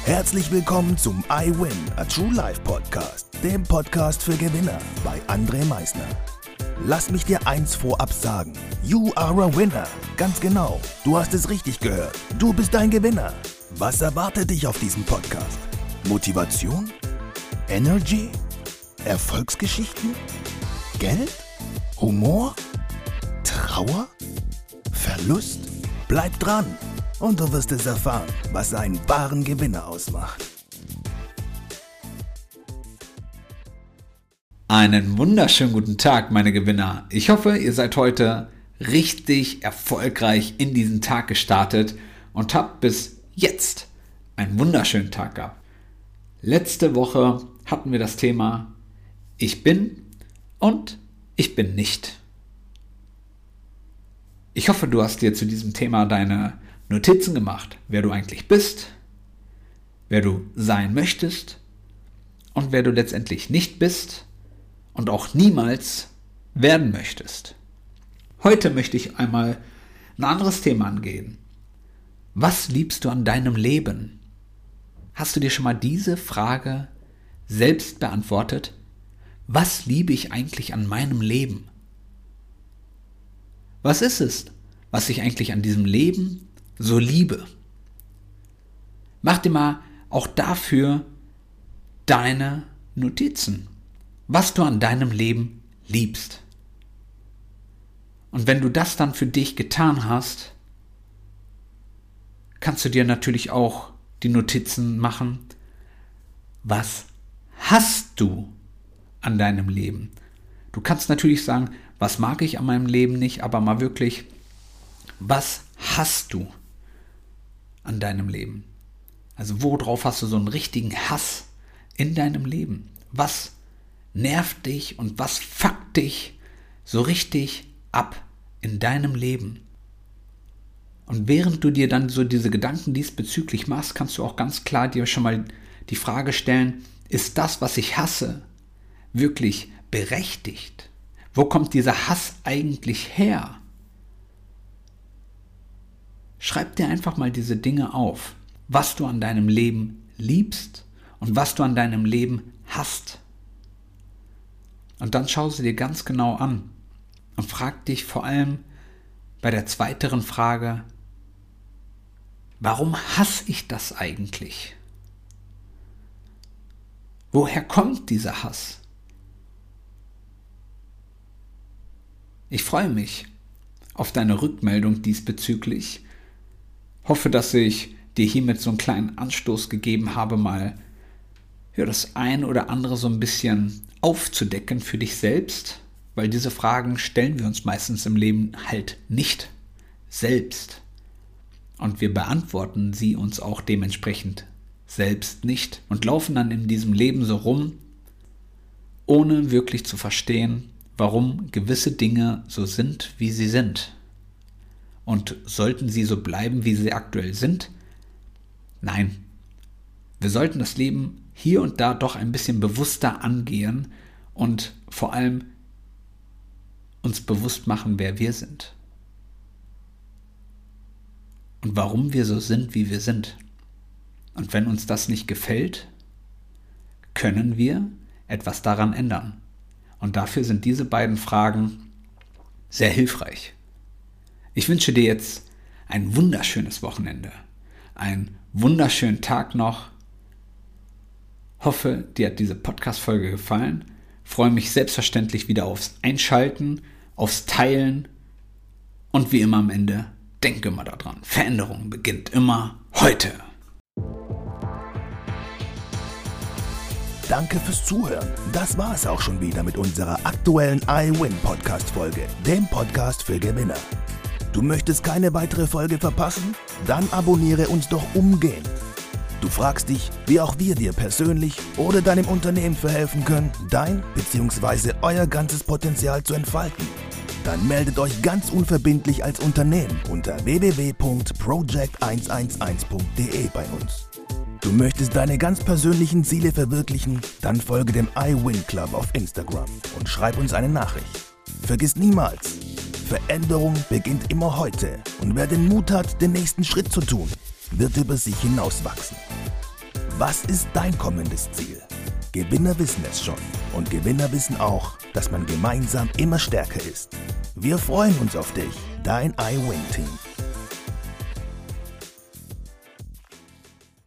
Herzlich willkommen zum I Win, a True Life Podcast, dem Podcast für Gewinner bei André Meisner. Lass mich dir eins vorab sagen. You are a winner. Ganz genau. Du hast es richtig gehört. Du bist ein Gewinner. Was erwartet dich auf diesem Podcast? Motivation? Energy? Erfolgsgeschichten? Geld? Humor? Trauer? Verlust? Bleib dran und du wirst es erfahren, was einen wahren Gewinner ausmacht. Einen wunderschönen guten Tag, meine Gewinner. Ich hoffe, ihr seid heute richtig erfolgreich in diesen Tag gestartet und habt bis jetzt einen wunderschönen Tag gehabt. Letzte Woche hatten wir das Thema Ich bin und ich bin nicht. Ich hoffe, du hast dir zu diesem Thema deine Notizen gemacht, wer du eigentlich bist, wer du sein möchtest und wer du letztendlich nicht bist und auch niemals werden möchtest. Heute möchte ich einmal ein anderes Thema angehen. Was liebst du an deinem Leben? Hast du dir schon mal diese Frage selbst beantwortet? Was liebe ich eigentlich an meinem Leben? Was ist es, was ich eigentlich an diesem Leben so liebe? Mach dir mal auch dafür deine Notizen, was du an deinem Leben liebst. Und wenn du das dann für dich getan hast, kannst du dir natürlich auch die Notizen machen, was hast du an deinem Leben? Du kannst natürlich sagen, was mag ich an meinem Leben nicht, aber mal wirklich, was hast du an deinem Leben? Also worauf hast du so einen richtigen Hass in deinem Leben? Was nervt dich und was fuckt dich so richtig ab in deinem Leben? Und während du dir dann so diese Gedanken diesbezüglich machst, kannst du auch ganz klar dir schon mal die Frage stellen, ist das, was ich hasse, wirklich berechtigt? Wo kommt dieser Hass eigentlich her? Schreib dir einfach mal diese Dinge auf, was du an deinem Leben liebst und was du an deinem Leben hasst. Und dann schau sie dir ganz genau an und frag dich vor allem bei der zweiteren Frage, warum hasse ich das eigentlich? Woher kommt dieser Hass? Ich freue mich auf deine Rückmeldung diesbezüglich. Hoffe, dass ich dir hiermit so einen kleinen Anstoß gegeben habe, mal das ein oder andere so ein bisschen aufzudecken für dich selbst, weil diese Fragen stellen wir uns meistens im Leben halt nicht selbst. Und wir beantworten sie uns auch dementsprechend selbst nicht und laufen dann in diesem Leben so rum, ohne wirklich zu verstehen, warum gewisse Dinge so sind, wie sie sind. Und sollten sie so bleiben, wie sie aktuell sind? Nein. Wir sollten das Leben hier und da doch ein bisschen bewusster angehen und vor allem uns bewusst machen, wer wir sind. Und warum wir so sind, wie wir sind. Und wenn uns das nicht gefällt, können wir etwas daran ändern. Und dafür sind diese beiden Fragen sehr hilfreich. Ich wünsche dir jetzt ein wunderschönes Wochenende, einen wunderschönen Tag noch. Hoffe, dir hat diese Podcast-Folge gefallen. Freue mich selbstverständlich wieder aufs Einschalten, aufs Teilen und wie immer am Ende, denke immer daran, Veränderung beginnt immer heute. Danke fürs Zuhören. Das war es auch schon wieder mit unserer aktuellen I Win Podcast Folge, dem Podcast für Gewinner. Du möchtest keine weitere Folge verpassen? Dann abonniere uns doch umgehend. Du fragst dich, wie auch wir dir persönlich oder deinem Unternehmen verhelfen können, dein bzw. euer ganzes Potenzial zu entfalten. Dann meldet euch ganz unverbindlich als Unternehmen unter www.project111.de bei uns. Du möchtest deine ganz persönlichen Ziele verwirklichen? Dann folge dem I Win Club auf Instagram und schreib uns eine Nachricht. Vergiss niemals, Veränderung beginnt immer heute und wer den Mut hat, den nächsten Schritt zu tun, wird über sich hinauswachsen. Was ist dein kommendes Ziel? Gewinner wissen es schon und Gewinner wissen auch, dass man gemeinsam immer stärker ist. Wir freuen uns auf dich, dein iWin-Team.